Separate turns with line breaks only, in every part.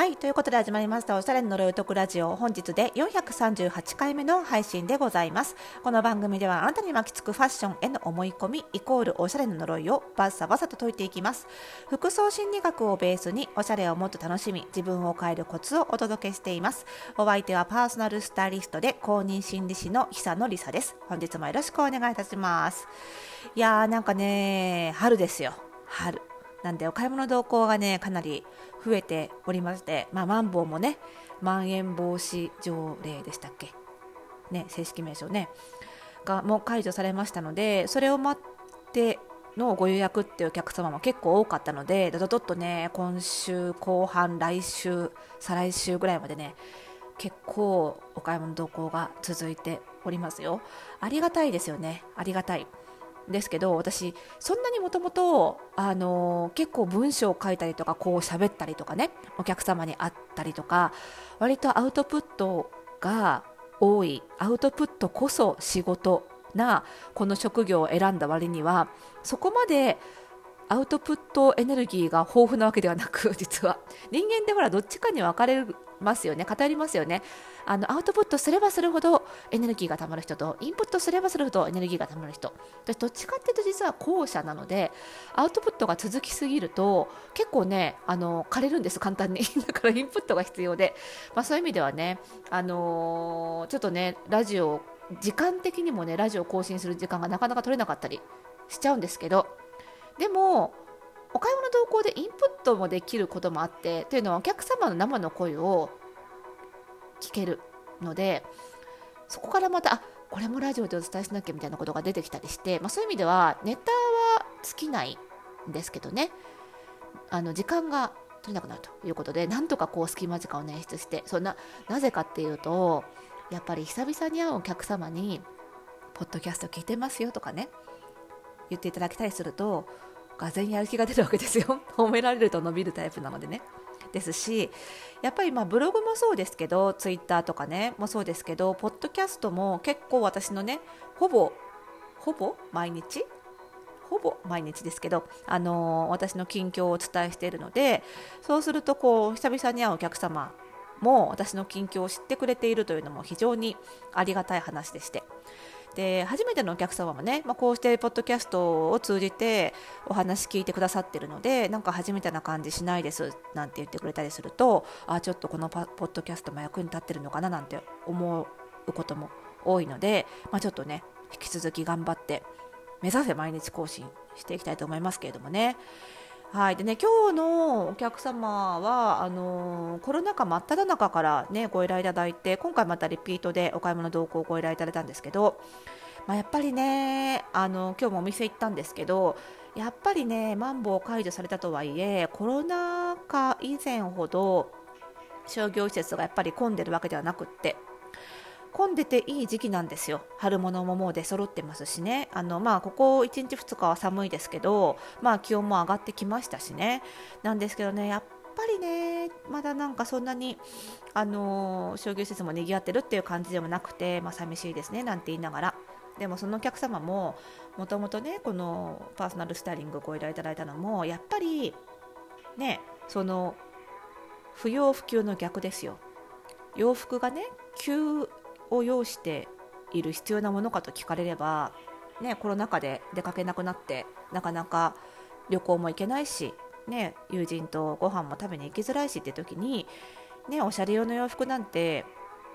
はい、ということで始まりましたおしゃれの呪いを解くラジオ、本日で438回目の配信でございます。この番組ではあなたに巻きつくファッションへの思い込みイコールおしゃれの呪いをバッサバサと解いていきます。服装心理学をベースにおしゃれをもっと楽しみ、自分を変えるコツをお届けしています。お相手はパーソナルスタイリストで公認心理師の久野里沙です。本日もよろしくお願いいたします。いやーなんかね、春ですよ。春なんでお買い物動向がねかなり増えておりまして、マンボウもね、まん延防止条例でしたっけね、正式名称ねがもう解除されましたので、それを待ってのご予約っていうお客様も結構多かったので、どっとね、今週後半、来週再来週ぐらいまでね、結構お買い物動向が続いておりますよ。ありがたいですよね。ありがたいですけど、私そんなにもともと結構文章を書いたりとかこう喋ったりとかね、お客様に会ったりとか割とアウトプットが多い、アウトプットこそ仕事なこの職業を選んだ割には、そこまでアウトプットエネルギーが豊富なわけではなく、実は人間でほらどっちかに分かれますよね、偏りますよね。アウトプットすればするほどエネルギーがたまる人と、インプットすればするほどエネルギーがたまる人、私どっちかっていうと実は後者なので、アウトプットが続きすぎると結構ね枯れるんです、簡単にだからインプットが必要で、そういう意味ではね、ちょっとねラジオ時間的にもねラジオ更新する時間がなかなか取れなかったりしちゃうんですけど、でもお買い物動向でインプットもできることもあって、というのはお客様の生の声を聞けるので、そこからまたこれもラジオでお伝えしなきゃみたいなことが出てきたりして、そういう意味ではネタは尽きないんですけどね、時間が取れなくなるということで、なんとかこう隙間時間を捻出して、なぜかっていうと、やっぱり久々に会うお客様にポッドキャスト聞いてますよとかね言っていただきたりすると、がぜんやる気が出るわけですよ褒められると伸びるタイプなのでね。ですし、やっぱりブログもそうですけど、ツイッターとかねもそうですけど、ポッドキャストも結構私のね、ほぼ毎日ですけど、私の近況をお伝えしているので、そうするとこう久々に会うお客様も私の近況を知ってくれているというのも非常にありがたい話でして、で初めてのお客様もね、こうしてポッドキャストを通じてお話聞いてくださっているので、なんか初めてな感じしないですなんて言ってくれたりすると、ちょっとこのポッドキャストも役に立ってるのかななんて思うことも多いので、ちょっとね引き続き頑張って目指せ毎日更新していきたいと思いますけれどもね。はい。でね、今日のお客様はコロナ禍真っ只中からねご依頼いただいて、今回またリピートでお買い物動向をご依頼いただいたんですけど、やっぱりね今日もお店行ったんですけど、やっぱりねマンボウ解除されたとはいえ、コロナ禍以前ほど商業施設がやっぱり混んでるわけではなくって、混んでていい時期なんですよ。春物ももう出揃ってますしね、ここ1日2日は寒いですけど、気温も上がってきましたしね。なんですけどね、やっぱりねまだなんかそんなに商業施設も賑わってるっていう感じでもなくて、寂しいですねなんて言いながら、でもそのお客様ももともとねこのパーソナルスタイリングをご依頼いただいたのも、やっぱりねその不要不急の逆ですよ。洋服がね急を要している必要なものかと聞かれれば、コロナ禍で出かけなくなってなかなか旅行も行けないし、友人とご飯も食べに行きづらいしって時に、おしゃれ用の洋服なんて、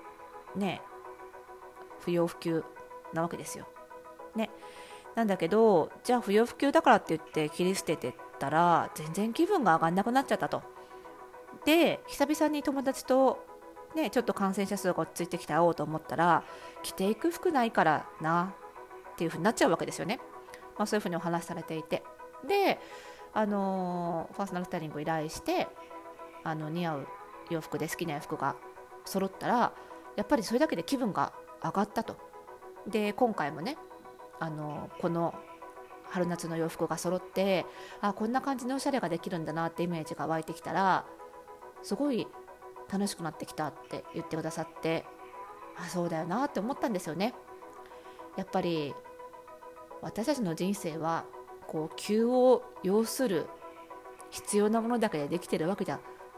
不要不急なわけですよ。なんだけど、じゃあ不要不急だからって言って切り捨ててったら全然気分が上がんなくなっちゃったと。で久々に友達とちょっと感染者数が落ち着いてきて会おうと思ったら、着ていく服ないからなっていう風になっちゃうわけですよね。そういう風にお話しされていて、でパーソナルスタイリングを依頼して、似合う洋服で好きな洋服が揃ったら、やっぱりそれだけで気分が上がったと。で今回もねこの春夏の洋服が揃って、こんな感じのおしゃれができるんだなってイメージが湧いてきたら、すごい楽しくなってきたって言ってくださって、そうだよなって思ったんですよね。やっぱり私たちの人生はこう急を要する必要なものだけでできてるわけじゃ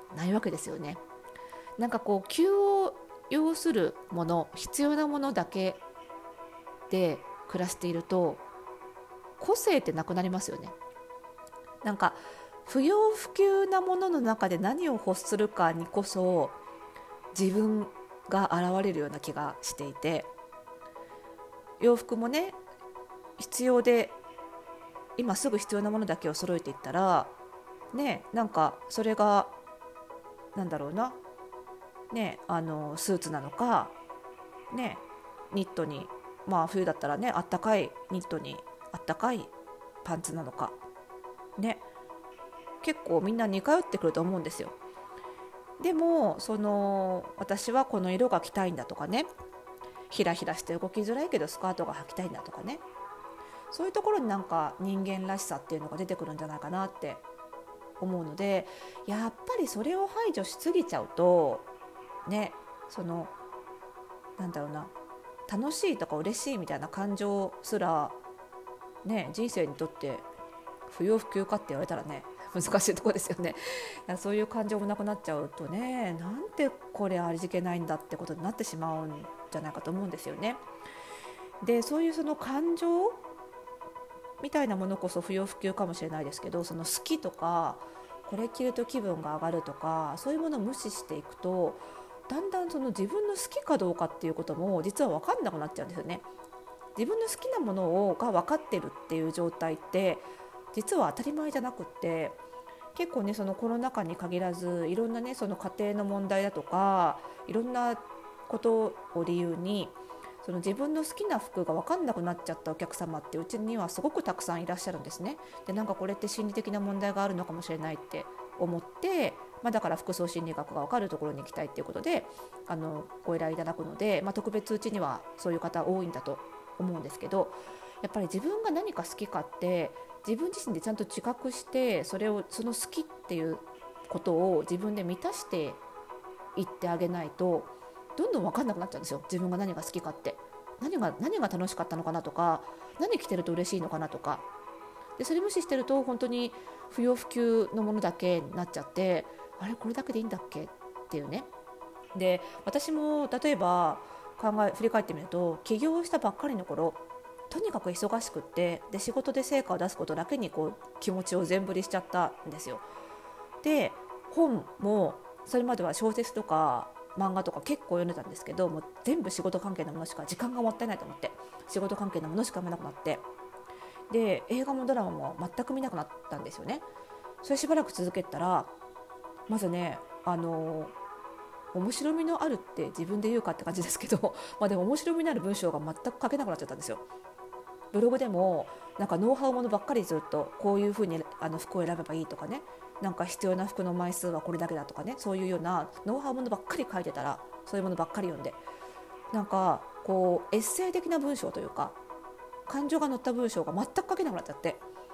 ないわけですよね。なんかこう急を要するもの、必要なものだけで暮らしていると個性ってなくなりますよね。なんか不要不急なものの中で何を欲するかにこそ自分が現れるような気がしていて、洋服もね、必要で今すぐ必要なものだけを揃えていったらね、なんかそれがなんだろうな、ね、スーツなのか、ね、ニットに、まあ冬だったらね、あったかいニットにあったかいパンツなのかね、結構みんな似通ってくると思うんですよ。でも私はこの色が着たいんだとかね、ひらひらして動きづらいけどスカートが履きたいんだとかね、そういうところになんか人間らしさっていうのが出てくるんじゃないかなって思うので、やっぱりそれを排除しすぎちゃうとね、なんだろうな、楽しいとか嬉しいみたいな感情すらね、人生にとって不要不急かって言われたらね、難しいところですよね。そういう感情もなくなっちゃうとね、なんてこれ味気ないんだってことになってしまうんじゃないかと思うんですよね。で、そういうその感情みたいなものこそ不要不急かもしれないですけど、その好きとかこれ着ると気分が上がるとか、そういうものを無視していくと、だんだんその自分の好きかどうかっていうことも実は分かんなくなっちゃうんですよね。自分の好きなものが分かってるっていう状態って実は当たり前じゃなくって、結構ね、そのコロナ禍に限らずいろんなね、その家庭の問題だとかいろんなことを理由にその自分の好きな服が分かんなくなっちゃったお客様ってうちにはすごくたくさんいらっしゃるんですね。で、なんかこれって心理的な問題があるのかもしれないって思って、だから服装心理学が分かるところに行きたいっていうことでご依頼いただくので、特別うちにはそういう方多いんだと思うんですけど、やっぱり自分が何か好きかって自分自身でちゃんと自覚して、その好きっていうことを自分で満たしていってあげないとどんどん分かんなくなっちゃうんですよ。自分が何が好きかって、何が楽しかったのかなとか、何着てると嬉しいのかなとかで、それ無視してると本当に不要不急のものだけになっちゃって、あれこれだけでいいんだっけっていうね。で、私も例えば振り返ってみると、起業したばっかりの頃とにかく忙しくって、で仕事で成果を出すことだけに気持ちを全振りしちゃったんですよ。で、本もそれまでは小説とか漫画とか結構読んでたんですけど、もう全部仕事関係のものしか、時間がもったいないと思って仕事関係のものしか読めなくなって、で映画もドラマも全く見なくなったんですよね。それしばらく続けたら、まずね、面白みのあるって自分で言うかって感じですけどでも面白みのある文章が全く書けなくなっちゃったんですよ。ブログでもなんかノウハウものばっかりずっと、こういうふうに服を選べばいいとかね、なんか必要な服の枚数はこれだけだとかね、そういうようなノウハウものばっかり書いてたら、そういうものばっかり読んで、なんかエッセイ的な文章というか感情が乗った文章が全く書けなくなっちゃって、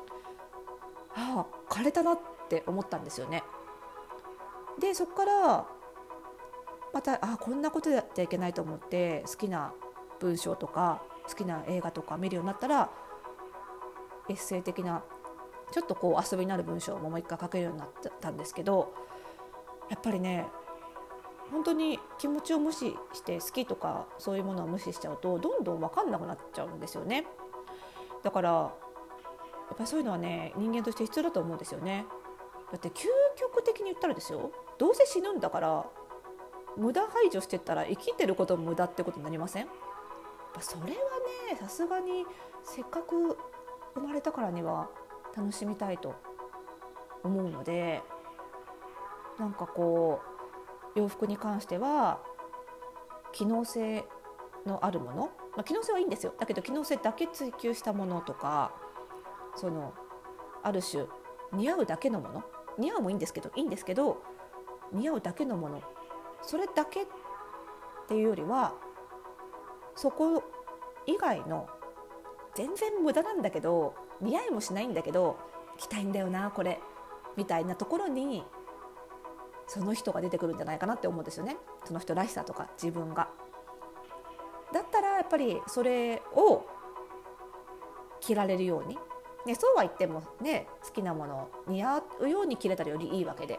枯れたなって思ったんですよね。でそこからまたこんなことやってはいけないと思って、好きな文章とか好きな映画とか見るようになったら、エッセイ的なちょっと遊びになる文章ももう一回書けるようになったんですけど、やっぱりね、本当に気持ちを無視して、好きとかそういうものを無視しちゃうとどんどん分かんなくなっちゃうんですよね。だからやっぱりそういうのはね、人間として必要だと思うんですよね。だって究極的に言ったらですよ、どうせ死ぬんだから無駄排除してったら生きてることも無駄ってことになりません？それはね、さすがにせっかく生まれたからには楽しみたいと思うので、なんか洋服に関しては機能性のあるもの、機能性はいいんですよ。だけど機能性だけ追求したものとか、ある種似合うだけのもの、似合うもいいんですけど似合うだけのもの、それだけっていうよりは、そこ以外の全然無駄なんだけど、似合いもしないんだけど着たいんだよなこれみたいなところにその人が出てくるんじゃないかなって思うんですよね。その人らしさとか自分が。だったらやっぱりそれを着られるように、そうは言ってもね、好きなもの似合うように着れたらよりいいわけで、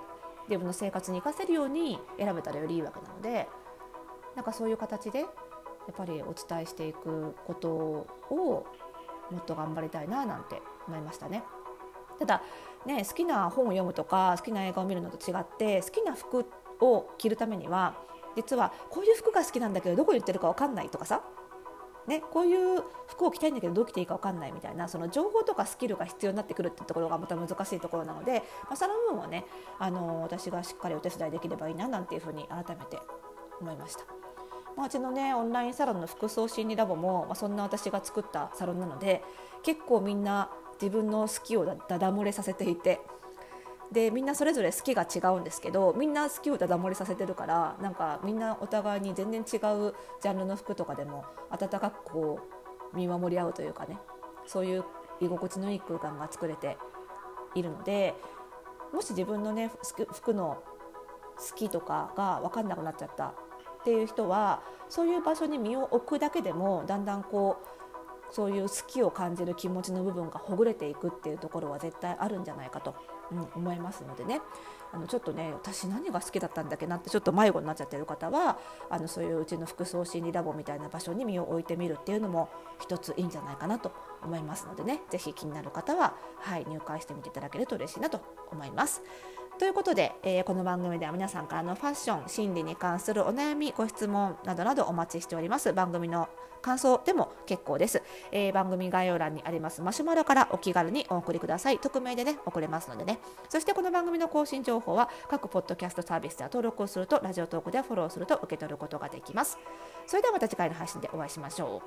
自分の生活に生かせるように選べたらよりいいわけなので、なんかそういう形でやっぱりお伝えしていくことをもっと頑張りたいななんて思いましたね。ただね、好きな本を読むとか好きな映画を見るのと違って、好きな服を着るためには実はこういう服が好きなんだけどどこに売ってるか分かんないとかさ、ね、こういう服を着たいんだけどどう着ていいか分かんないみたいな、その情報とかスキルが必要になってくるっていうところがまた難しいところなので、その部分はね、私がしっかりお手伝いできればいいななんていうふうに改めて思いました。うちのねオンラインサロンの服装心理ラボも、そんな私が作ったサロンなので、結構みんな自分の好きをダダ漏れさせていて、でみんなそれぞれ好きが違うんですけど、みんな好きをダダ漏れさせてるから、なんかみんなお互いに全然違うジャンルの服とかでも温かくこう見守り合うというかね、そういう居心地のいい空間が作れているので、もし自分のね服の好きとかが分かんなくなっちゃったっていう人は、そういう場所に身を置くだけでもだんだんこうそういう好きを感じる気持ちの部分がほぐれていくっていうところは絶対あるんじゃないかと、思いますのでね、ちょっとね私何が好きだったんだっけなってちょっと迷子になっちゃってる方は、そういううちの服装心理ラボみたいな場所に身を置いてみるっていうのも一ついいんじゃないかなと思いますのでね、ぜひ気になる方は、入会してみていただけると嬉しいなと思います。ということで、この番組では皆さんからのファッション、心理に関するお悩み、ご質問などなどお待ちしております。番組の感想でも結構です。番組概要欄にありますマシュマロからお気軽にお送りください。匿名でね送れますのでね。そしてこの番組の更新情報は各ポッドキャストサービスでは登録をすると、ラジオトークでフォローすると受け取ることができます。それではまた次回の配信でお会いしましょう。